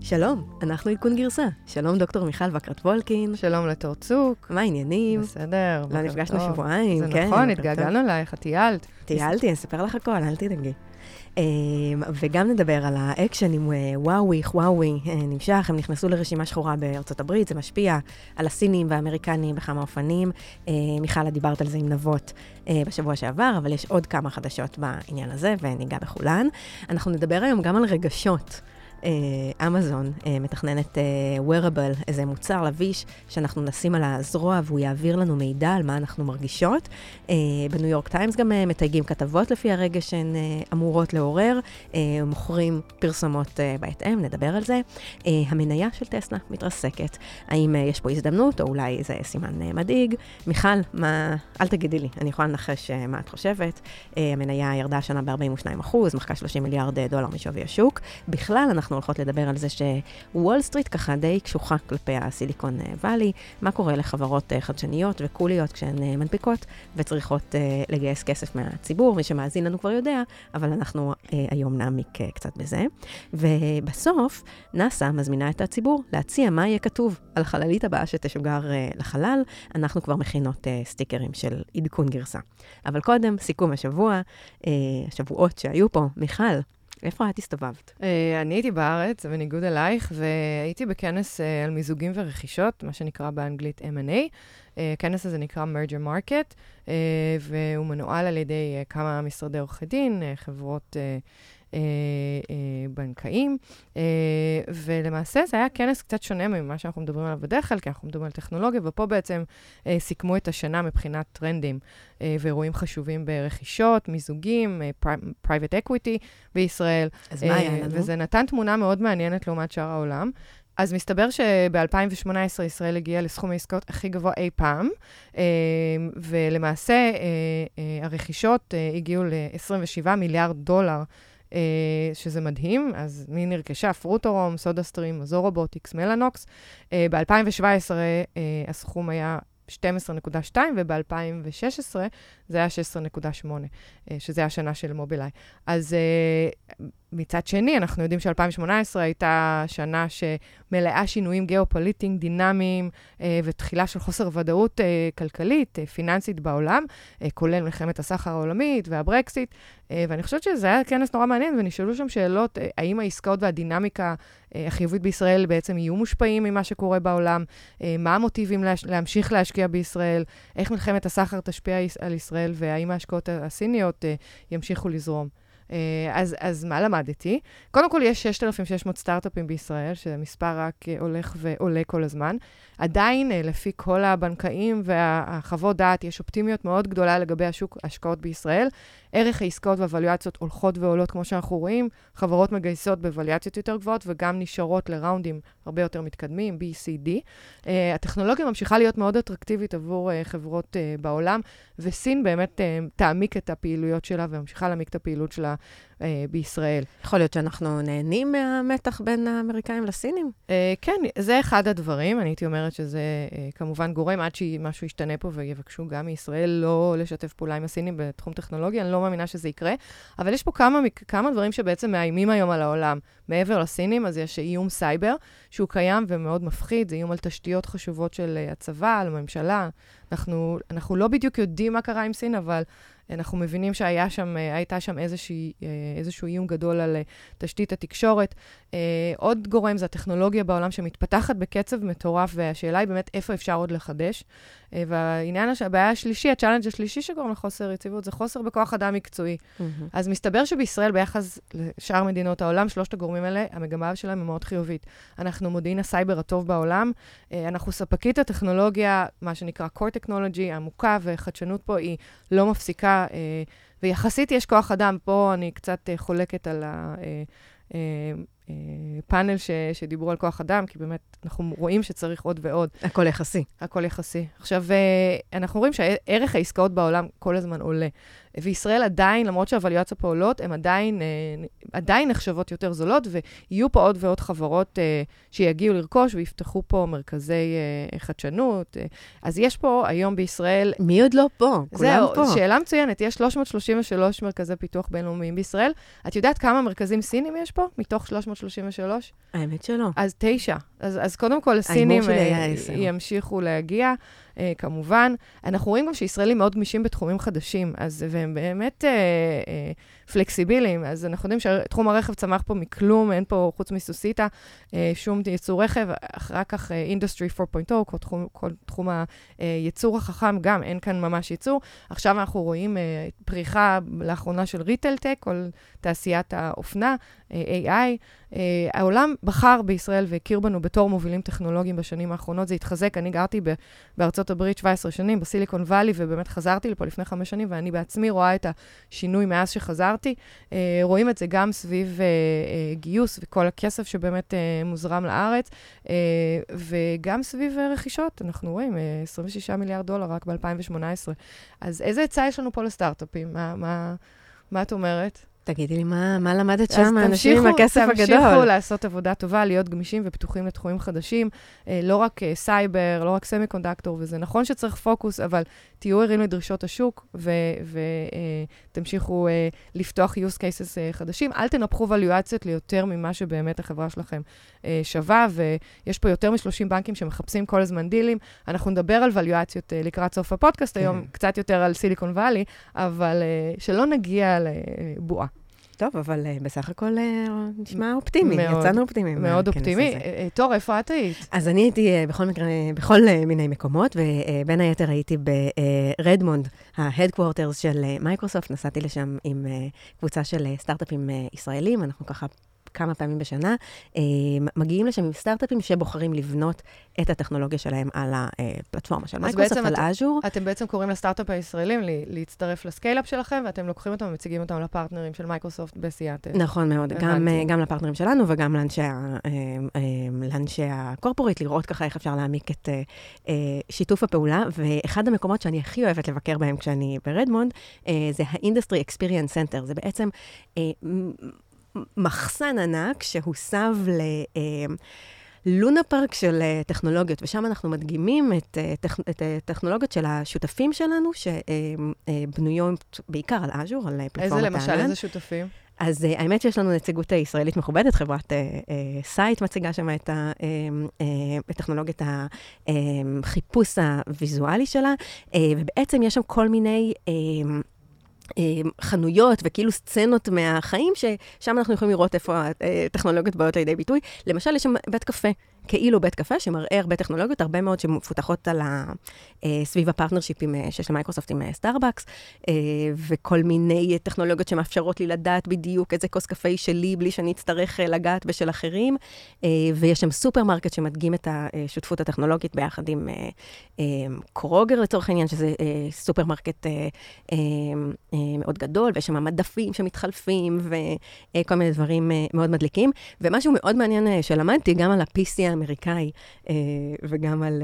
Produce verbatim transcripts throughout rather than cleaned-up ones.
שלום, אנחנו עדכון גרסה. שלום דוקטור מיכל וקרת וולקין. שלום לתור צוק. מה העניינים? בסדר. לא נפגשנו שבועיים, זה כן. נכון, התגעגענו אלייך, את טיילת. טיילתי, אני אספר לך הכל, אל תדאגי. וגם נדבר על האקשן עם וואוי, וואוי, נמשך, הם נכנסו לרשימה שחורה בארצות הברית, זה משפיע על הסינים והאמריקנים בכמה אופנים. מיכל, דיברת על זה עם נבות בשבוע שעבר, אבל יש עוד כמה חדשות בעניין הזה, וניגע בכולן. אנחנו נדבר היום גם על רגשות. אמזון מתכננת wearable, איזה מוצר לביש שאנחנו נשים על הזרוע והוא יעביר לנו מידע על מה אנחנו מרגישות. בניו יורק טיימס גם מתייגים כתבות לפי הרגע שהן אמורות לעורר, מוכרים פרסומות בהתאם, נדבר על זה. המניה של טסלה מתרסקת. האם יש פה הזדמנות או אולי זה סימן מדאיג? מיכל, מה... אל תגידי לי, אני יכולה לנחש מה את חושבת. המניה ירדה השנה ב-ארבעים ושניים אחוז, מחקה שלושים מיליארד דולר משווי השוק. בכלל אנחנו הולכות לדבר על זה שוול סטריט ככה די קשוחה כלפי הסיליקון ואלי, מה קורה לחברות חדשניות וקוליות כשהן מנפיקות וצריכות לגייס כסף מהציבור, מי שמאזין לנו כבר יודע, אבל אנחנו היום נעמיק קצת בזה. ובסוף, נאסא מזמינה את הציבור להציע מה יהיה כתוב על חללית הבאה שתשוגר לחלל, אנחנו כבר מכינות סטיקרים של עדכון גרסה. אבל קודם, סיכום השבוע, השבועות שהיו פה, מיכל, איפה את הסתובבת? Uh, אני הייתי בארץ, בניגוד אלייך, והייתי בכנס uh, על מיזוגים ורכישות, מה שנקרא באנגלית אם אנד איי. Uh, הכנס הזה נקרא Merger Market, uh, והוא מנוהל על ידי uh, כמה משרדי עורכי דין, uh, חברות uh, uh, uh, בנקאים, uh, ולמעשה זה היה כנס קצת שונה ממה שאנחנו מדברים עליו בדרך כלל, כי אנחנו מדברים על טכנולוגיה, ופה בעצם uh, סיכמו את השנה מבחינת טרנדים, uh, ואירועים חשובים ברכישות, מיזוגים, uh, private equity בישראל. אז מה היה לנו? וזה נתן תמונה מאוד מעניינת לעומת שאר העולם. אז מסתבר שב-אלפיים ושמונה עשרה ישראל הגיעה לסכום העסקאות הכי גבוה אי פעם, ולמעשה הרכישות הגיעו ל-עשרים ושבעה מיליארד דולר, שזה מדהים. אז מי נרכשה? פרוטורום, סודה סטרים, מזור רובוטיקס, מלאנוקס. ב-אלפיים שבע עשרה הסכום היה שתים עשרה נקודה שתיים, וב-אלפיים ושש עשרה זה היה שש עשרה נקודה שמונה, שזה השנה של מובילאיי. אז מצד שני, אנחנו יודעים ש-אלפיים שמונה עשרה הייתה שנה שמלאה שינויים גיאופוליטיים, דינמיים, ותחילה של חוסר ודאות כלכלית, פיננסית בעולם, כולל מלחמת הסחר העולמית והברקסיט, ואני חושבת שזה היה כנס נורא מעניין, ונשאלו שם שאלות, האם העסקאות והדינמיקה החיובית בישראל בעצם יהיו מושפעים ממה שקורה בעולם, מה המוטיבים להמשיך להשקיע בישראל, איך מלחמת הסחר תשפיע על ישראל, והאם ההשקעות הסיניות ימשיכו לזרום. אז, אז מה למדתי? קודם כל, יש שישת אלפים ושש מאות סטארט-אפים בישראל, שמספר רק הולך ועולה כל הזמן. עדיין, לפי כל הבנקאים והחוות דעת, יש אופטימיות מאוד גדולה לגבי השוק השקעות בישראל. ערך העסקאות והוואליואציות הולכות ועולות, כמו שאנחנו רואים. חברות מגייסות בוואליואציות יותר גבוהות, וגם נשארות לראונדים הרבה יותר מתקדמים, בי סי די. Uh, הטכנולוגיה ממשיכה להיות מאוד אטרקטיבית עבור uh, חברות uh, בעולם, וסין באמת uh, תעמיק את הפעילויות שלה, וממשיכה להעמיק את הפעילות שלה uh, בישראל. יכול להיות שאנחנו נהנים מהמתח בין האמריקאים לסינים? Uh, כן, זה אחד הדברים. אני הייתי אומרת שזה uh, כמובן גורם עד שמשהו ישתנה פה, ויבקשו גם מישראל לא לשתף פעולה עם הסינים בתחום טכנולוגיה. אני לא מאמינה שזה יקרה, אבל יש פה כמה, כמה דברים שבעצם מאיימים היום על העולם. מעבר לסינים, אז יש איום סייבר, שהוא קיים ומאוד מפחיד, זה איום על תשתיות חשובות של הצבא, על הממשלה. אנחנו, אנחנו לא בדיוק יודעים מה קרה עם סין, אבל אנחנו מבינים שהיה שם, הייתה שם איזשהו, איזשהו איום גדול על תשתית התקשורת. עוד גורם זה הטכנולוגיה בעולם שמתפתחת בקצב מטורף, והשאלה היא באמת איפה אפשר עוד לחדש. והעניין, הבעיה השלישי, הצ'אלנג' השלישי שגורם לחוסר יציבות, זה חוסר בכוח אדם מקצועי. Mm-hmm. אז מסתבר שבישראל, ביחס לשאר מדינות העולם, שלושת הגורמים האלה, המגמה שלהם היא מאוד חיובית. אנחנו מודיעין הסייבר הטוב בעולם, אנחנו ספקית הטכנולוגיה, מה שנקרא core technology, עמוקה וחדשנות פה היא לא מפסיקה, ויחסית יש כוח אדם. פה אני קצת חולקת על ה... פאנל ש, שדיברו על כוח אדם, כי באמת אנחנו רואים שצריך עוד ועוד. הכל יחסי. הכל יחסי. עכשיו, אנחנו רואים שערך העסקאות בעולם כל הזמן עולה. וישראל עדיין, למרות שהוואליואציות פה עולות, הן עדיין, עדיין נחשבות יותר זולות, ויהיו פה עוד ועוד חברות שיגיעו לרכוש, ויפתחו פה מרכזי חדשנות. אז יש פה היום בישראל... מי עוד לא פה? כולם פה. זהו, שאלה מצוינת. יש שלוש מאות שלושים ושלושה מרכזי פיתוח בינלאומיים בישראל. את יודעת כמה מרכזים סינים יש פה? מתוך שלוש מאות מאות שלושים ושלוש? האמת שלא. אז תשע. אז, אז קודם כל, הסינים ימשיכו להגיע, אה, כמובן. אנחנו רואים גם שישראלים מאוד גמישים בתחומים חדשים, אז, והם באמת אה, אה, פלקסיביליים. אז אנחנו יודעים שתחום הרכב צמח פה מכלום, אין פה חוץ מסוסיטה, אה, שום ייצור רכב, אחר כך אה, Industry פור נקודה אפס, כל תחום, כל תחום הייצור החכם, גם אין כאן ממש ייצור. עכשיו אנחנו רואים אה, פריחה לאחרונה של ריטל טק, כל תעשיית האופנה, אה, איי איי. Uh, העולם בחר בישראל והכיר בנו בתור מובילים טכנולוגיים בשנים האחרונות, זה התחזק. אני גרתי ב- בארצות הברית שבע עשרה שנים, בסיליקון ואלי, ובאמת חזרתי לפה לפני חמש שנים, ואני בעצמי רואה את השינוי מאז שחזרתי. Uh, רואים את זה גם סביב uh, uh, גיוס וכל הכסף שבאמת uh, מוזרם לארץ, uh, וגם סביב uh, רכישות. אנחנו רואים uh, עשרים ושישה מיליארד דולר רק ב-אלפיים שמונה עשרה. אז איזה הצעה יש לנו פה לסטארט-אפים? מה, מה, מה את אומרת? תגידי לי, מה, מה למדת שם, האנשים עם הכסף הגדול? תמשיכו לעשות עבודה טובה, להיות גמישים ופתוחים לתחומים חדשים, אה, לא רק אה, סייבר, לא רק סמי-קונדקטור, וזה נכון שצריך פוקוס, אבל תהיו ערים לדרישות השוק, ותמשיכו אה, אה, לפתוח use cases אה, חדשים. אל תנפחו ולואציות ליותר ממה שבאמת החברה שלכם אה, שווה, ויש פה יותר מ-שלושים בנקים שמחפשים כל הזמן דילים. אנחנו נדבר על ולואציות אה, לקראת סוף הפודקאסט, היום קצת יותר על סיליקון ואלי, אבל אה, שלא נגיע לבועה. טוב, אבל uh, בסך הכל uh, נשמע אופטימי, מאוד, יצאנו אופטימיים. מאוד אופטימי. תור, איפה את היית? אז אני הייתי uh, בכל מקרה, בכל uh, מיני מקומות, ובין uh, היתר הייתי ברדמונד, uh, ההדקוורטרס של מייקרוסופט, uh, נסעתי לשם עם uh, קבוצה של uh, סטארט-אפים uh, ישראלים, אנחנו ככה כמה פעמים בשנה, uh, מגיעים לשם עם סטארט-אפים שבוחרים לבנות את הטכנולוגיה שלהם על הפלטפורמה של מייקרוסופט, על אז'ור. אתם בעצם קוראים לסטארט-אפ הישראלים להצטרף לסקייל-אפ שלכם, ואתם לוקחים אותם ומציגים אותם לפרטנרים של מייקרוסופט בסיאטל. נכון מאוד, גם, גם לפרטנרים שלנו וגם לאנשי הקורפורט, לראות ככה איך אפשר להעמיק את שיתוף הפעולה, ואחד המקומות שאני הכי אוהבת לבקר בהם כשאני ברדמונד, זה ה-Industry Experience Center, זה בעצם מחסן ענק שהוסב ל... לונה פארק של טכנולוגיות, ושם אנחנו מדגימים את, את טכנולוגיות של השותפים שלנו, שבנויות בעיקר על אז'ור, על פלטפורמת הענן. איזה למשל, איזה שותפים? אז האמת שיש לנו נציגות ישראלית מכובדת, חברת סייט מציגה שם את טכנולוגיית החיפוש הוויזואלי שלה, ובעצם יש שם כל מיני... חנויות וכאילו סצנות מהחיים, ששם אנחנו יכולים לראות איפה הטכנולוגיות באות לידי ביטוי. למשל, יש שם בית קפה, כאילו בית קפה, שמראה הרבה טכנולוגיות, הרבה מאוד שמפותחות על ה... סביב הפרטנרשיפים שיש למייקרוסופט עם סטארבקס, וכל מיני טכנולוגיות שמאפשרות לי לדעת בדיוק איזה כוס קפה היא שלי, בלי שאני אצטרך לגעת בשל אחרים, ויש שם סופרמרקט שמדגים את השותפות הטכנולוגית ביחד עם קרוגר לצורך העניין, שזה סופרמרקט מאוד גדול, ויש שם מדפים שמתחלפים, וכל מיני דברים מאוד מדליקים. ומשהו מאוד מעניין שלמדתי, גם על ה-פי סי האמריקאי, וגם על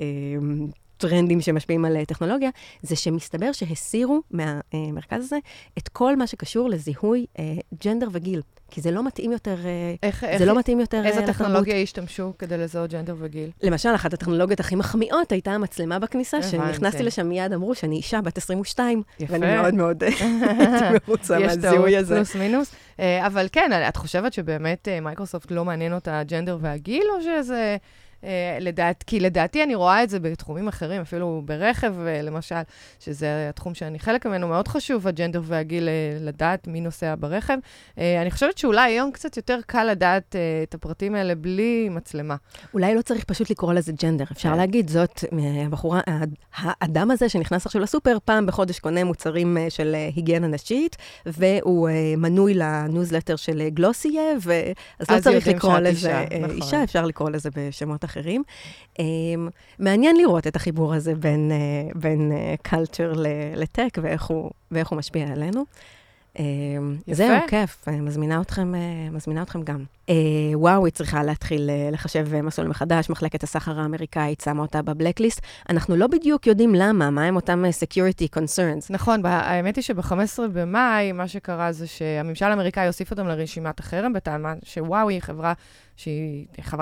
טרנדים שמשפיעים על טכנולוגיה, זה שמסתבר שהסירו מהמרכז הזה את כל מה שקשור לזיהוי ג'נדר וגיל. כי זה לא מתאים יותר, איך, זה איך, לא מתאים יותר איזה לתרבות. טכנולוגיה השתמשו כדי לזהות ג'נדר וגיל? למשל, אחת הטכנולוגיות הכי מחמיאות הייתה המצלמה בכניסה, שנכנסתי לשם מיד, אמרו שאני אישה בת עשרים ושתיים, יפה. ואני מאוד מאוד מרוצה מהזיהוי הזה. יש טעות, פלוס מינוס. אבל כן, את חושבת שבאמת מייקרוסופט לא מעניין אותה הג'נדר והגיל, או שזה... לדעת, כי לדעתי אני רואה את זה בתחומים אחרים, אפילו ברכב, למשל, שזה התחום שאני חלק ממנו, מאוד חשוב, הג'נדר והגיל, לדעת מי נוסע ברכב. אני חושבת שאולי היום קצת יותר קל לדעת את הפרטים האלה בלי מצלמה. אולי לא צריך פשוט לקרוא לזה ג'נדר. אפשר להגיד, זאת הבחורה, האדם הזה שנכנס עכשיו לסופר, פעם בחודש קונה מוצרים של היגיינה נשית, והוא מנוי לניוזלטר של גלוסיה, אז לא צריך לקרוא לזה אישה, אפשר לקרוא לזה בשמות אחרים. Um, מעניין לראות את החיבור הזה בין, uh, בין uh, culture לטק, ואיך הוא, ואיך הוא משפיע עלינו. Um, זהו, כיף, uh, מזמינה אתכם, uh, מזמינה אתכם גם. Uh, וואו, היא צריכה להתחיל uh, לחשב uh, מסלול מחדש, מחלקת הסחר האמריקאית שמה אותה בבלקליסט. אנחנו לא בדיוק יודעים למה, מה הם אותם uh, security concerns. נכון, האמת היא שב-חמישה עשר במאי, מה שקרה זה שהממשל האמריקאי הוסיף אותם לרשימת החרם, בטענה שוואו היא חברה שהיא חברת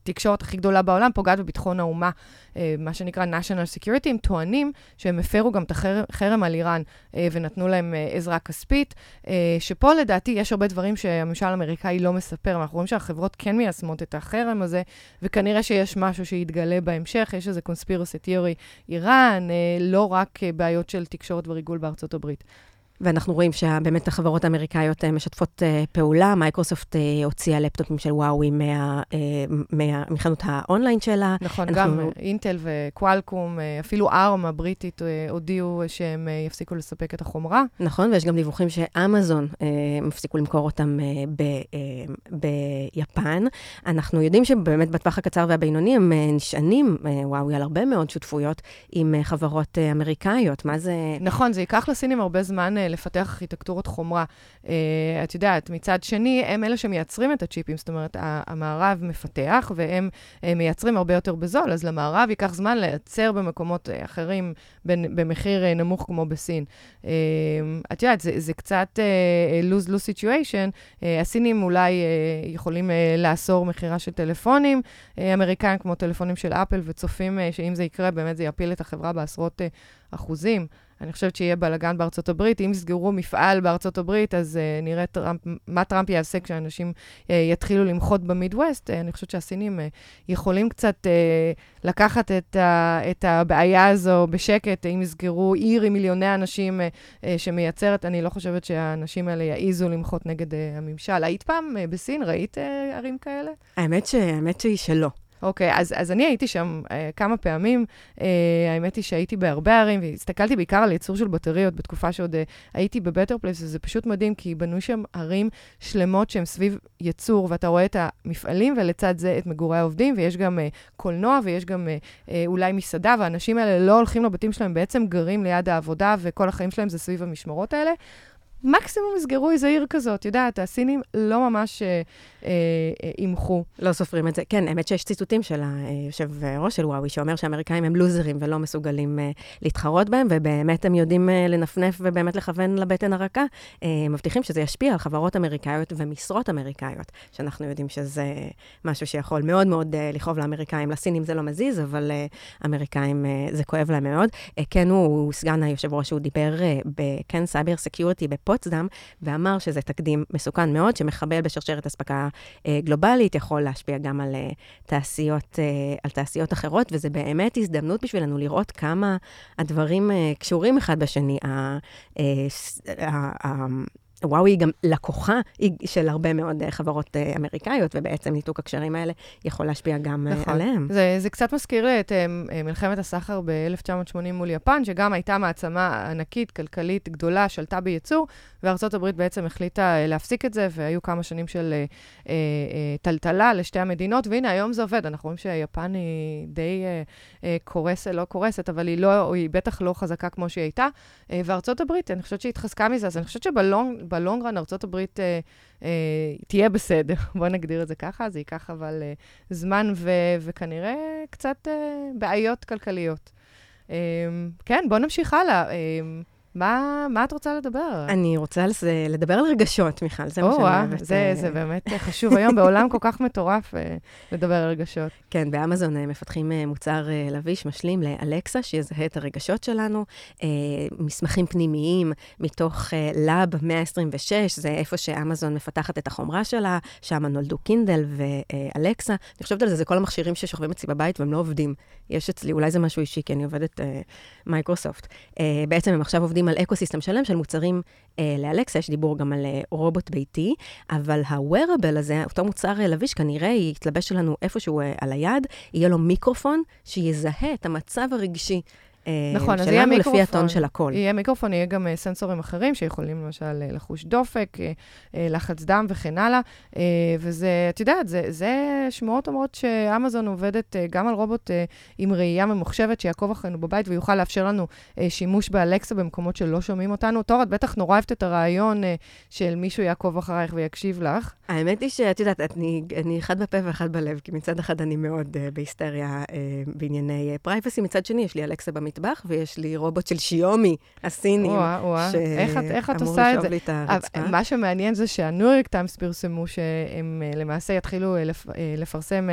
התקשורת הכי גדולה בעולם, פוגעת בביטחון האומה, מה שנקרא national security, הם טוענים שהם הפרו גם את החרם על איראן, ונתנו להם עזרה כספית, שפה לדעתי יש הרבה דברים שהממשל האמריקאי לא מספר, אנחנו רואים שהחברות כן מיישמות את החרם הזה, וכנראה שיש משהו שיתגלה בהמשך, יש איזה conspiracy theory איראן, לא רק בעיות של תקשורת וריגול בארצות הברית. ואנחנו רואים שבאמת החברות האמריקאיות משתפות פעולה, מייקרוסופט הוציאה לפטופים של וואוי מחנות האונליין שלה. נכון, גם אינטל וקואלקום, אפילו ארם הבריטית הודיעו שהם יפסיקו לספק את החומרה. נכון, ויש גם דיווחים שאמזון מפסיקו למכור אותם ביפן. אנחנו יודעים שבאמת בטווח הקצר והבינוני הם נשענים, וואוי, על הרבה מאוד שותפויות עם חברות אמריקאיות. מה זה? נכון, זה ייקח לסינים הרבה זמן לפתח ארכיטקטורות חומרה. Uh, את יודעת, מצד שני, הם אלה שמייצרים את הצ'יפים, זאת אומרת, המערב מפתח, והם uh, מייצרים הרבה יותר בזול, אז למערב ייקח זמן לייצר במקומות uh, אחרים, בין, במחיר uh, נמוך כמו בסין. Uh, את יודעת, זה, זה קצת uh, lose-lose situation. Uh, הסינים אולי uh, יכולים uh, לאסור מחירה של טלפונים, uh, אמריקאים כמו טלפונים של אפל, וצופים uh, שאם זה יקרה, באמת זה יפיל את החברה בעשרות uh, אחוזים. אני חושבת שיהיה בלגן בארצות הברית. אם יסגרו מפעל בארצות הברית, אז uh, נראה טראמפ, מה טראמפ יעשה כשאנשים uh, יתחילו למחות במידווסט. Uh, אני חושבת שהסינים uh, יכולים קצת uh, לקחת את, uh, את הבעיה הזו בשקט. אם יסגרו עיר עם מיליוני אנשים uh, uh, שמייצרת, אני לא חושבת שהאנשים האלה יעיזו למחות נגד uh, הממשל. היית פעם uh, בסין? ראית uh, ערים כאלה? האמת, ש... האמת שהיא שלא. אוקיי, אז, אז אני הייתי שם אה, כמה פעמים, אה, האמת היא שהייתי בהרבה ערים, והסתכלתי בעיקר על ייצור של בטריות, בתקופה שעוד אה, הייתי בבטר פלייס, וזה פשוט מדהים, כי בנו שם ערים שלמות שהן סביב ייצור, ואתה רואה את המפעלים, ולצד זה את מגורי העובדים, ויש גם אה, קולנוע, ויש גם אה, אה, אולי מסעדה, והאנשים האלה לא הולכים לבתים שלהם, בעצם גרים ליד העבודה, וכל החיים שלהם זה סביב המשמרות האלה. מקסימום יסגרו איזו עיר כזאת, יודעת, הסינים לא ממש ימחו. לא סופרים את זה. כן, האמת שיש ציטוטים של היושב ראש של וואוי, שאומר שהאמריקאים הם לוזרים ולא מסוגלים להתחרות בהם, ובאמת הם יודעים לנפנף ובאמת לכוון לבטן הרכה. מבטיחים שזה ישפיע על חברות אמריקאיות ומשרות אמריקאיות, שאנחנו יודעים שזה משהו שיכול מאוד מאוד לכאוב לאמריקאים. לסינים זה לא מזיז, אבל אמריקאים זה כואב להם מאוד. כן, הוא סגן היושב ראש, הוא דיבר בכן סייבר סקיוריטי בפוצדם, ואמר שזה תקדים מסוכן מאוד, שמחבל בשרשרת הספקה אה, גלובלית, יכול להשפיע גם על, אה, תעשיות, אה, על תעשיות אחרות, וזה באמת הזדמנות בשבילנו לראות כמה הדברים אה, קשורים אחד בשני. ה, אה, ה, ה, וואוי היא גם לקוחה של הרבה מאוד חברות אמריקאיות, ובעצם ניתוק הקשרים האלה יכול להשפיע גם נכון. עליהם. זה, זה קצת מזכיר לי את מלחמת הסחר ב-אלף תשע מאות שמונים מול יפן, שגם הייתה מעצמה ענקית, כלכלית, גדולה, שלטה בייצור, וארצות הברית בעצם החליטה להפסיק את זה, והיו כמה שנים של אה, אה, טלטלה לשתי המדינות, והנה היום זה עובד. אנחנו רואים שיפן היא די אה, אה, קורסת, לא קורסת, אבל היא, לא, היא בטח לא חזקה כמו שהיא הייתה, אה, וארצות הברית, אני חושבת שהיא התחזקה מזה, אז אני חושבת שבלונג בלונגרן, ארצות הברית אה, אה, תהיה בסדר. בוא נגדיר את זה ככה, זה ייקח אבל אה, זמן ו- וכנראה קצת אה, בעיות כלכליות. אה, כן, בוא נמשיך הלאה. אה, מה, מה את רוצה לדבר? אני רוצה לדבר על רגשות, מיכל, זה מה שאני אוהבת. זה, זה באמת חשוב היום, בעולם כל כך מטורף לדבר על רגשות. כן, באמזון מפתחים מוצר לביש משלים לאלקסה, שיזהה את הרגשות שלנו, מסמכים פנימיים מתוך לאב מאה עשרים ושש, זה איפה שאמזון מפתחת את החומרה שלה, שם נולדו קינדל ואלקסה. אני חושבת על זה, זה כל המכשירים ששוכבים אצלי בבית והם לא עובדים. יש אצלי, אולי זה משהו אישי, כי אני עובדת מייקרוסופט. בעצם הם עכשיו עובדים על אקוסיסטם שלם של מוצרים אה, לאלקסה, יש דיבור גם על אה, רובוט ביתי, אבל ה-wearable הזה, אותו מוצר אה, לביש, כנראה יתלבש לנו איפשהו אה, על היד, יהיה לו מיקרופון שיזהה את המצב הרגשי נכון, אז יהיה מיקרופון. לפי הטון של הכל. יהיה מיקרופון, יהיה גם סנסורים אחרים שיכולים למשל לחוש דופק, לחץ דם וכן הלאה, וזה, את יודעת, זה, זה שמועות אומרות שאמזון עובדת גם על רובוט עם ראייה ממוחשבת שיעקוב אחרינו בבית ויוכל לאפשר לנו שימוש באלקסה במקומות שלא שומעים אותנו. תור, את בטח נורא אוהבת את הרעיון של מישהו יעקוב אחרייך ויקשיב לך. האמת היא שאת יודעת, אני, אני אחד בפה ואחד בלב, כי מצד אחד אני מאוד בהיסטריה בענייני פרייבסי, מצד שני יש לי אלקסה במשרד. במטבח, ויש לי רובוט של שיומי, הסינים, שאמור לשאוב לי את הרצפה. מה שמעניין זה שהניו יורק טיימס פרסמו שהם למעשה יתחילו לפרסם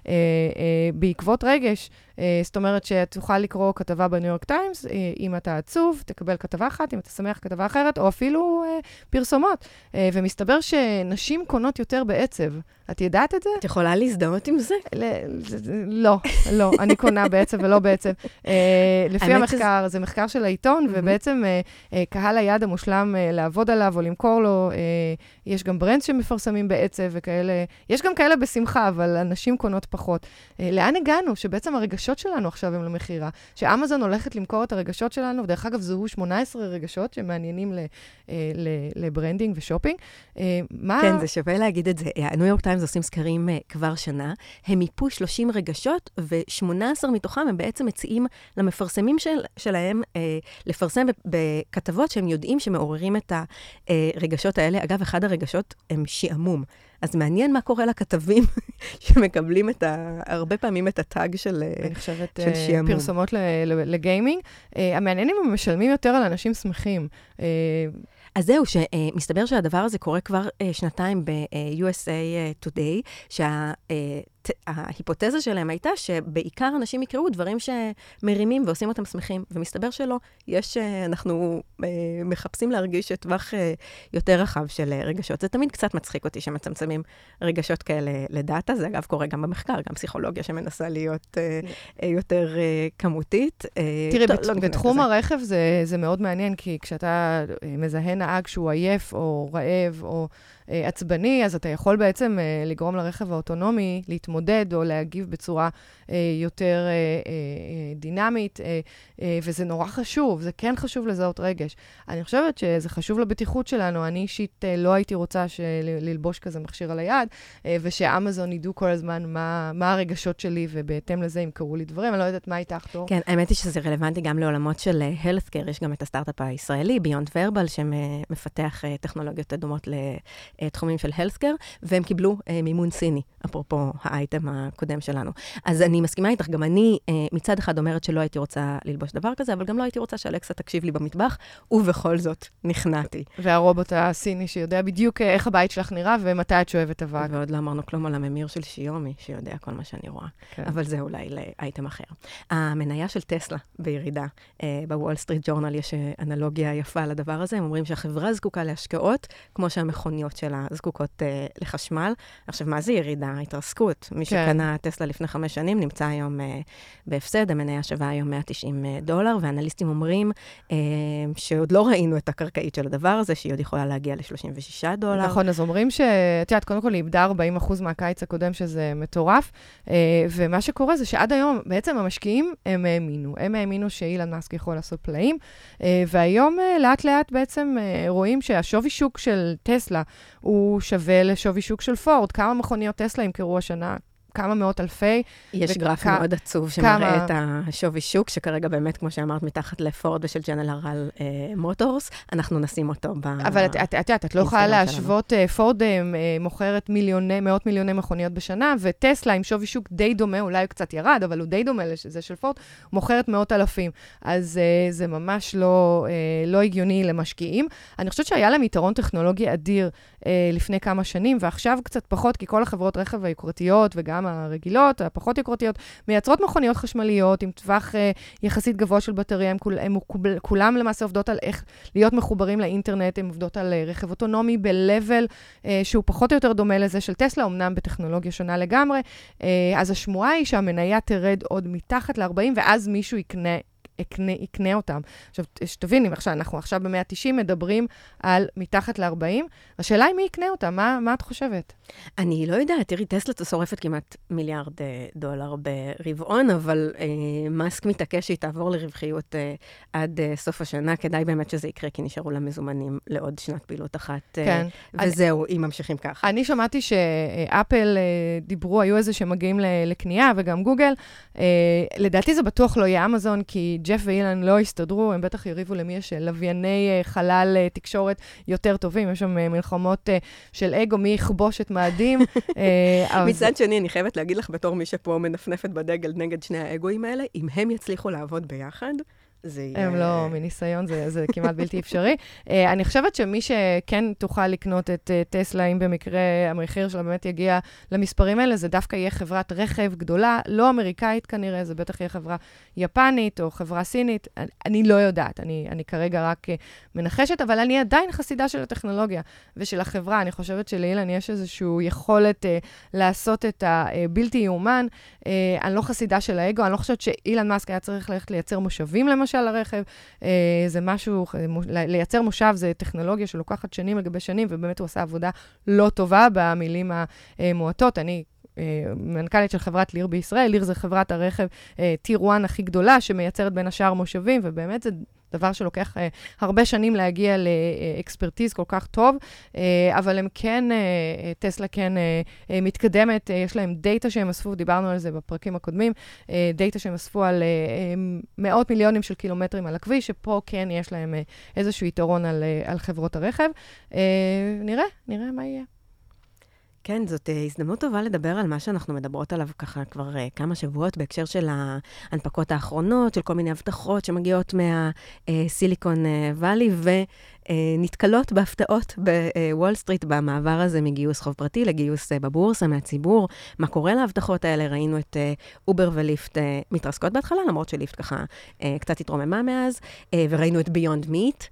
בעקבות רגש, זאת אומרת שתוכל לקרוא כתבה בניו יורק טיימס, אם אתה עצוב, תקבל כתבה אחת, אם אתה שמח כתבה אחרת, או אפילו פרסומות. ומסתבר שנשים קונות יותר בעצב. את ידעת את זה? את יכולה להזדהות עם זה? לא, לא, אני קונה בעצב ולא בעצב. לפי המחקר, זה מחקר של העיתון, ובעצם קהל היד המושלם לעבוד עליו או למכור לו, יש גם ברנדס שמפרסמים בעצב וכאלה, יש גם כאלה בשמחה, אבל אנשים קונות פחות. לאן הגענו? שבעצם הרגשות שלנו עכשיו הם למחירה, שאמזון הולכת למכור את הרגשות שלנו, ודרך אגב זוהו שמונה עשרה רגשות שמעניינים לברנדינג ושופינג. כן, זה שווה להגיד את זה. הניו יורק טיימס עושים סקרים כבר שנה, הם מיפו שלושים רגשות, ו-שמונה עשרה מתוכם הם בעצם מציעים למפרסמים של, שלהם אה, לפרסם בכתבות שהם יודעים שמעוררים את הרגשות האלה. אגב, אחד הרגשות הם שעמום. אז מעניין מה קורה לכתבים שמקבלים את ה, הרבה פעמים את הטאג של, אני חושבת, של שעמום. פרסומות לגיימינג. המעניינים הם משלמים יותר על אנשים שמחים. אז זהו, שמסתבר שהדבר הזה קורה כבר שנתיים ב-יו אס איי Today, שההיפותזה שלהם הייתה שבעיקר אנשים יקראו דברים שמרימים ועושים אותם שמחים, ומסתבר שלא. יש, אנחנו מחפשים להרגיש טווח יותר רחב של רגשות. זה תמיד קצת מצחיק אותי שמצמצמים רגשות כאלה לדאטה, זה אגב קורה גם במחקר, גם פסיכולוגיה שמנסה להיות יותר כמותית. תראי, בתחום הרכב זה מאוד מעניין, כי כשאתה מזהה נהג שהוא עייף או רעב או אה, עצבני, אז אתה יכול בעצם אה, לגרום לרכב האוטונומי להתמודד או להגיב בצורה אה, יותר אה, אה, דינמית, אה, אה, וזה נורא חשוב, זה כן חשוב לזהות רגש. אני חושבת שזה חשוב לבטיחות שלנו, אני אישית אה, לא הייתי רוצה של, ללבוש כזה מכשיר על היד, אה, ושאמזון ידעו כל הזמן מה, מה הרגשות שלי, ובהתאם לזה ימכרו לי דברים, אני לא יודעת מה איתך תור. כן, האמת היא שזה רלוונטי גם לעולמות של healthcare, יש גם את הסטארט-אפ הישראלי, Beyond Verbal, שמפתח טכנולוגיות דומות לתחומים של healthcare, והם קיבלו מימון סיני, אפרופו האייטם הקודם שלנו. אז אני מסכימה איתך, גם אני מצד אחד אומרת שלא הייתי רוצה ללבוש דבר כזה, אבל גם לא הייתי רוצה שאלקסה תקשיב לי במטבח, ובכל זאת נכנעתי. והרובוט הסיני שיודע בדיוק איך הבית שלך נראה, ומתי את שואבת אבק. ועוד לא אמרנו כלום על הממיר של שיומי, שיודע כל מה שאני רואה. כן. אבל זה אולי לאייטם אחר. המניה של טסלה בירידה, בוול סטריט ג'ורנל יש אנלוגיה יפה לדבר הזה, הם אומרים שהחברה זקוקה להשקעות, כמו שהמכוניות שלה זקוקות uh, לחשמל. עכשיו, מה זה ירידה? התרסקות. מי כן. שקנה טסלה לפני חמש שנים, נמצא היום uh, בהפסד, המניה שווה היום מאה ותשעים דולר, ואנליסטים אומרים uh, שעוד לא ראינו את הקרקעית של הדבר הזה, שהיא עוד יכולה להגיע ל-שלושים ושישה דולר. נכון, אז אומרים שאת יודעת, קודם כל היא איבדה ארבעים אחוז מהקיץ הקודם, שזה מטורף, uh, ומה שקורה זה שעד היום, בעצם המשקיעים הם האמינו. הם האמינו שאילן מאסק יכול לעשות פלאים, uh, והיום uh, לאט לאט בעצם uh, רואים שהשווי שוק של טסלה הוא שווה לשווי שוק של פורד. כמה מכוניות טסלה ימכרו השנה? כמה מאות אלפי. יש גרף מאוד עצוב שמראה את השווי שוק, שכרגע באמת, כמו שאמרת, מתחת לפורד ושל ג'נרל מוטורס, אנחנו נשים אותו ב... אבל את יודעת, את לא יכולה להשוות, פורד מוכרת מיליוני, מאות מיליוני מכוניות בשנה, וטסלה עם שווי שוק די דומה, אולי הוא קצת ירד, אבל הוא די דומה לזה של פורד, מוכרת מאות אלפים. אז זה ממש לא, לא הגיוני למשקיעים. אני חושבת שהיה להם יתרון טכנולוגי אדיר לפני כמה שנים, ועכשיו קצת פחות, כי כל החברות רכב היוקרתיות וגם הרגילות, הפחות יקרותיות, מייצרות מכוניות חשמליות עם טווח אה, יחסית גבוה של בטריה, הם, כול, הם כול, כולם למעשה עובדות על איך להיות מחוברים לאינטרנט, הם עובדות על אה, רכב אוטונומי ב-level אה, שהוא פחות או יותר דומה לזה של טסלה, אמנם בטכנולוגיה שונה לגמרי, אה, אז השמועה היא שהמניה תרד עוד מתחת ל-ארבעים, ואז מישהו יקנה יקנה, יקנה אותם. עכשיו, שתביני, עכשיו, אנחנו עכשיו ב-מאה ותשעים מדברים על מתחת ל-ארבעים. השאלה היא מי יקנה אותם, מה, מה את חושבת? אני לא יודעת, תראי, טסלה שורפת כמעט מיליארד דולר ברבעון, אבל אה, מאסק מתעקש שהיא תעבור לרווחיות אה, עד אה, סוף השנה, כדאי באמת שזה יקרה, כי נשארו לה מזומנים לעוד שנת פעילות אחת, כן. אה, וזהו, אני, אם ממשיכים כך. אני שמעתי שאפל אה, דיברו, היו איזה שמגיעים לקנייה, וגם גוגל, אה, לדעתי זה בטוח לא יהיה אמזון, כי ג'ף ואילן לא הסתדרו, הם בטח יריבו למי יש לווייני חלל תקשורת יותר טובים, יש שם מלחמות של אגו, מי יכבוש את מאדים. מצד שני, אני חייבת להגיד לך בתור מי שפה מנפנפת בדגל נגד שני האגואים האלה, אם הם יצליחו לעבוד ביחד, זה יהיה... הם לא, מניסיון, זה, זה כמעט בלתי אפשרי. Uh, אני חושבת שמי שכן תוכל לקנות את uh, טסלה, אם במקרה המחיר שלה באמת יגיע למספרים האלה, זה דווקא יהיה חברת רכב גדולה, לא אמריקאית כנראה, זה בטח יהיה חברה יפנית או חברה סינית. אני, אני לא יודעת, אני, אני כרגע רק uh, מנחשת, אבל אני עדיין חסידה של הטכנולוגיה ושל החברה. אני חושבת שלאילן יש איזושהי יכולת uh, לעשות את הבלתי יאומן. Uh, אני לא חסידה של האגו, אני לא חושבת שאילן מאסק היה צריך ללכת לייצר מושבים למשל, על הרכב, זה משהו, לייצר מושב זה טכנולוגיה שלוקחת שנים לגבי שנים, ובאמת הוא עשה עבודה לא טובה במילים המועטות. אני מנכ"לית של חברת ליר בישראל, ליר זה חברת הרכב טיר אחת הכי גדולה, שמייצרת בין השאר מושבים, ובאמת זה דבר שלוקח uh, הרבה שנים להגיע לאקספרטיז כל כך טוב, uh, אבל הם כן, uh, טסלה כן uh, uh, מתקדמת, uh, יש להם דאטה שהם אספו, דיברנו על זה בפרקים הקודמים, uh, דאטה שהם אספו על uh, מאות מיליונים של קילומטרים על הכביש, שפה כן יש להם uh, איזשהו יתרון על, uh, על חברות הרכב. Uh, נראה, נראה מה יהיה. כן, זאת הזדמנות טובה לדבר על מה שאנחנו מדברות עליו ככה כבר uh, כמה שבועות, בהקשר של ההנפקות האחרונות, של כל מיני הבטחות שמגיעות מהסיליקון ואלי, ונתקלות בהפתעות בוול סטריט, במעבר הזה מגיוס חוב פרטי לגיוס uh, בבורסה, מהציבור. מה קורה להבטחות האלה? ראינו את אובר uh, וליפט uh, מתרסקות בהתחלה, למרות שליפט ככה uh, קצת התרוממה מאז, uh, וראינו את ביונד מיט,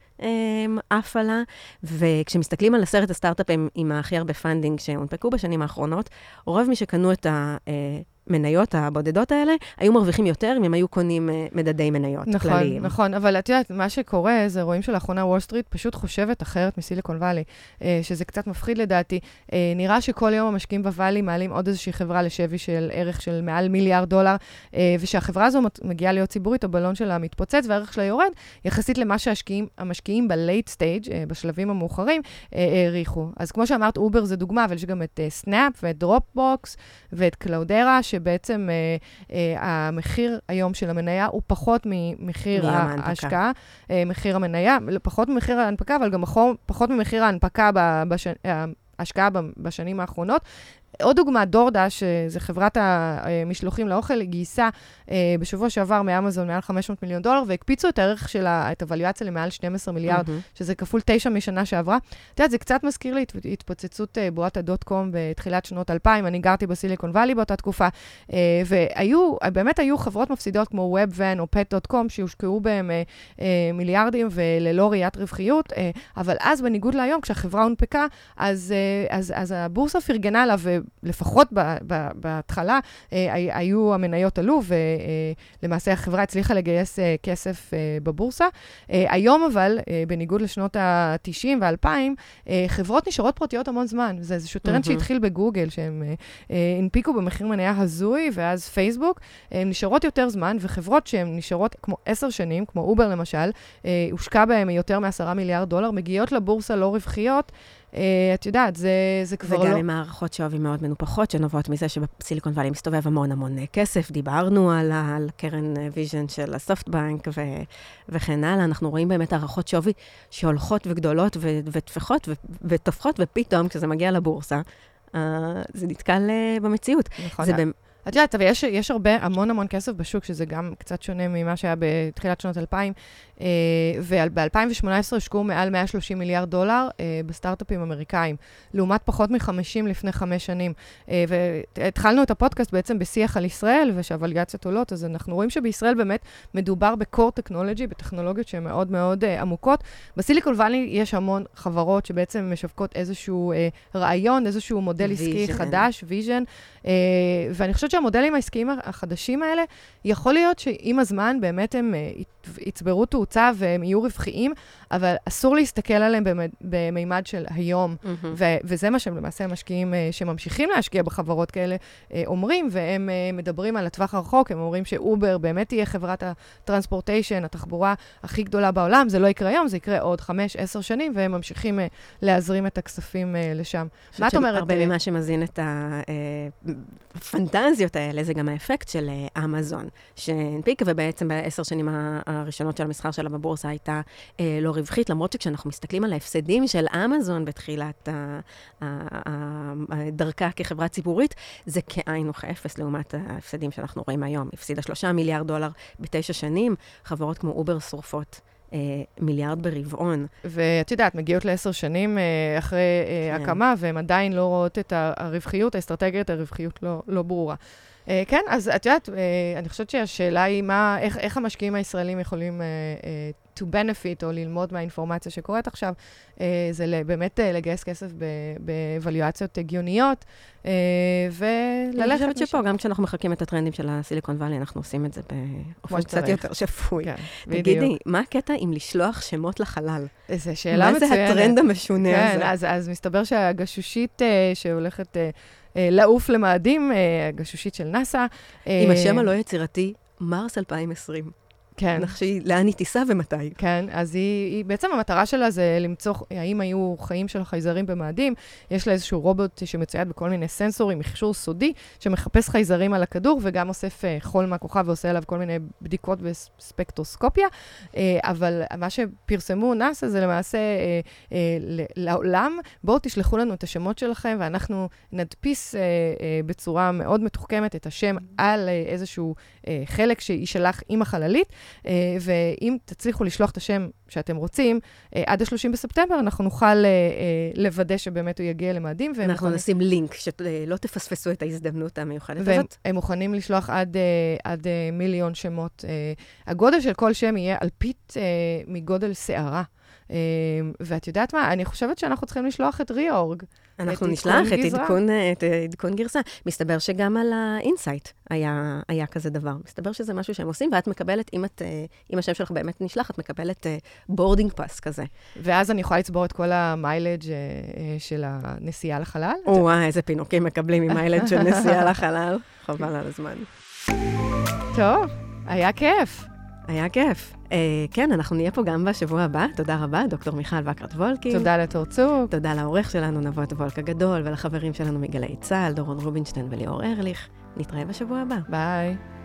אף עלה, וכשמסתכלים על עשרת הסטארט-אפים עם הכי הרבה פנדינג שהונפקו בשנים האחרונות, רוב מי שקנו את המניות הבודדות האלה, היו מרוויחים יותר אם הם היו קונים מדדי מניות נכון, כלליים. נכון, אבל את יודעת, מה שקורה זה רואים שלאחרונה וול סטריט פשוט חושבת אחרת מסיליקון ואלי, שזה קצת מפחיד לדעתי. נראה שכל יום המשקיעים בוואלי מעלים עוד איזושהי חברה לשווי של ערך של מעל מיליארד דולר, ושהחברה הזו מגיעה להיות ציבורית, הבלון שלה מתפוצץ והערך שלה יורד, יחסית למה שהמשקיעים ב-late stage, בשלבים המאוחרים, העריכו. אז כמו שאמרת, אובר זה דוגמה, אבל יש גם את סנאפ ואת דרופבוקס ואת קלאודרה, שבעצם אה, אה, המחיר היום של המניה הוא פחות ממחיר ההשקעה, אה, מחיר המניה, פחות ממחיר ההנפקה, אבל גם פחות ממחיר ההנפקה בש... ההשקעה בשנים האחרונות. עוד דוגמה, דורדה, שזה חברת המשלוחים לאוכל, גייסה אה, בשבוע שעבר מאמזון מעל חמש מאות מיליון דולר, והקפיצו את הערך שלה, את הוואליואציה למעל שנים עשר מיליארד, mm-hmm. שזה כפול תשע משנה שעברה. אתה יודע, זה קצת מזכיר לי התפוצצות אה, בועת הדוט קום בתחילת שנות אלפיים, אני גרתי בסיליקון ואלי באותה תקופה, אה, והיו, באמת היו חברות מפסידות כמו WebVan או פט דוט קום, שהושקעו בהם אה, אה, מיליארדים וללא ראיית רווחיות, אה, אבל אז בניגוד להיום, כשהחברה הונפקה, אז, אה, אז, אז הבורסה פרגנה לה, לפחות בהתחלה, היו המניות עלו, ולמעשה החברה הצליחה לגייס כסף בבורסה. היום אבל, בניגוד לשנות ה-תשעים וה-אלפיים, חברות נשארות פרטיות המון זמן. זה איזשהו טרנד שהתחיל בגוגל, שהם הנפיקו במחיר מניה הזוי, ואז פייסבוק, הן נשארות יותר זמן, וחברות שהן נשארות כמו עשר שנים, כמו אובר למשל, הושקע בהן יותר מעשרה מיליארד דולר, מגיעות לבורסה לא רווחיות, Uh, את יודעת, זה, זה כבר וגם לא... וגם עם הערכות שווי מאוד מנופחות, שנובעות מזה שבסיליקון ואלי מסתובב המון המון כסף. דיברנו על, על קרן ויז'ן של הסופטבנק ו, וכן הלאה. אנחנו רואים באמת הערכות שווי שהולכות וגדולות ו, ותפחות ו, ותופחות, ופתאום כשזה מגיע לבורסה, uh, זה נתקל uh, במציאות. נכון. זה במ... את יודעת, אבל יש, יש הרבה, המון המון כסף בשוק, שזה גם קצת שונה ממה שהיה בתחילת שנות אלפיים, אה, וב-אלפיים ושמונה עשרה השקעו מעל מאה ושלושים מיליארד דולר אה, בסטארט-אפים אמריקאים, לעומת פחות מ-חמישים לפני חמש שנים. אה, והתחלנו את הפודקאסט בעצם בשיח על ישראל, ושהוואליואציות עולות, אז אנחנו רואים שבישראל באמת מדובר בקור טכנולוגי, בטכנולוגיות שהן מאוד מאוד אה, עמוקות. בסיליקון ואלי יש המון חברות שבעצם משווקות איזשהו אה, רעיון, איזשהו מודל עסקי חדש, ויז'ן, אה, ואני חושבת שהמודלים העסקיים החדשים האלה, יכול להיות שעם הזמן באמת הם יצברו תאוצה והם יהיו רווחיים, אבל אסור להסתכל עליהם במימד של היום, mm-hmm. ו- וזה מה שהם למעשה המשקיעים שממשיכים להשקיע בחברות כאלה אומרים, והם מדברים על הטווח הרחוק, הם אומרים שאובר באמת תהיה חברת הטרנספורטיישן, התחבורה הכי גדולה בעולם, זה לא יקרה היום, זה יקרה עוד חמש, עשר שנים, והם ממשיכים להזרים את הכספים לשם. מה את אומרת? הרבה ממה שמזין את הפנטזיות הטכנולוגיות האלה, זה גם האפקט של אמזון, שהנפיקה, ובעצם בעשר שנים הראשונות של המסחר שלה בבורסה הייתה לא רווחית, למרות שכשאנחנו מסתכלים על ההפסדים של אמזון בתחילת דרכה כחברה ציבורית, זה כעין וכאפס לעומת ההפסדים שאנחנו רואים היום. הפסידה שלושה מיליארד דולר בתשע שנים, חברות כמו אובר שורפות. מיליארד ברבעון. ואת יודעת, מגיעות לעשר שנים אחרי הקמה, והן עדיין לא רואות את הרווחיות, האסטרטגיית הרווחיות לא ברורה. כן, אז את יודעת, אני חושבת שהשאלה היא מה, איך, איך המשקיעים הישראלים יכולים uh, to benefit או ללמוד מהאינפורמציה שקורית עכשיו, uh, זה באמת uh, לגייס כסף בוואליואציות הגיוניות, uh, וללכת... אני חושבת שפה, גם כשאנחנו מחכים את הטרנדים של הסיליקון ואלי, אנחנו עושים את זה באופן קצת יותר שפוי. כן, תגידי, מה הקטע עם לשלוח שמות לחלל? זו שאלה מצוינת. מה זה הטרנד המשונה כן, הזה? אז, אז מסתבר שהגשושית uh, שהולכת... Uh, לעוף למאדים, הגשושית של נאסא. עם השם הלא יצירתי, מרס אלפיים עשרים. כן. נחשי, לאן היא טיסה ומתי. כן, אז היא, היא, בעצם המטרה שלה זה למצוא, האם היו חיים של חייזרים במאדים, יש לה איזשהו רובוט שמצויד בכל מיני סנסורים, מכשור סודי, שמחפש חייזרים על הכדור, וגם אוסף חול מהכוכב ועושה עליו כל מיני בדיקות בספקטרוסקופיה, אבל מה שפרסמו נאסא זה למעשה לעולם, בואו תשלחו לנו את השמות שלכם, ואנחנו נדפיס בצורה מאוד מתוחכמת את השם על איזשהו חלק שישלח עם החללית, Uh, ואם תצליחו לשלוח את השם שאתם רוצים, uh, עד ה-שלושים בספטמבר, אנחנו נוכל uh, uh, לוודא שבאמת הוא יגיע למאדים. אנחנו מוכנים... נשים לינק, שלא תפספסו את ההזדמנות המיוחדת והם, הזאת. והם מוכנים לשלוח עד, uh, עד uh, מיליון שמות. Uh, הגודל של כל שם יהיה אלפית uh, מגודל שערה. Uh, ואת יודעת מה? אני חושבת שאנחנו צריכים לשלוח את ריאורג. אנחנו נשלח את עדכון, את עדכון גרסה. מסתבר שגם על האינסייט היה, היה כזה דבר. מסתבר שזה משהו שהם עושים, ואת מקבלת, אם, את, אם השם שלך באמת נשלח, את מקבלת בורדינג פאס כזה. ואז אני יכולה לצבור את כל המיילג' של הנסיעה לחלל. וואי, איזה פינוקים מקבלים עם מיילג' של נסיעה לחלל. חבל על הזמן. טוב, היה כיף. היה כיף. Uh, כן, אנחנו נהיה פה גם בשבוע הבא. תודה רבה, דוקטור מיכל וקרת-וולקין. תודה לתור צוק. תודה לעורך שלנו, נבות וולק הגדול, ולחברים שלנו מגלי צהל, דורון רובינשטיין וליאור ארליך. נתראה בשבוע הבא. ביי.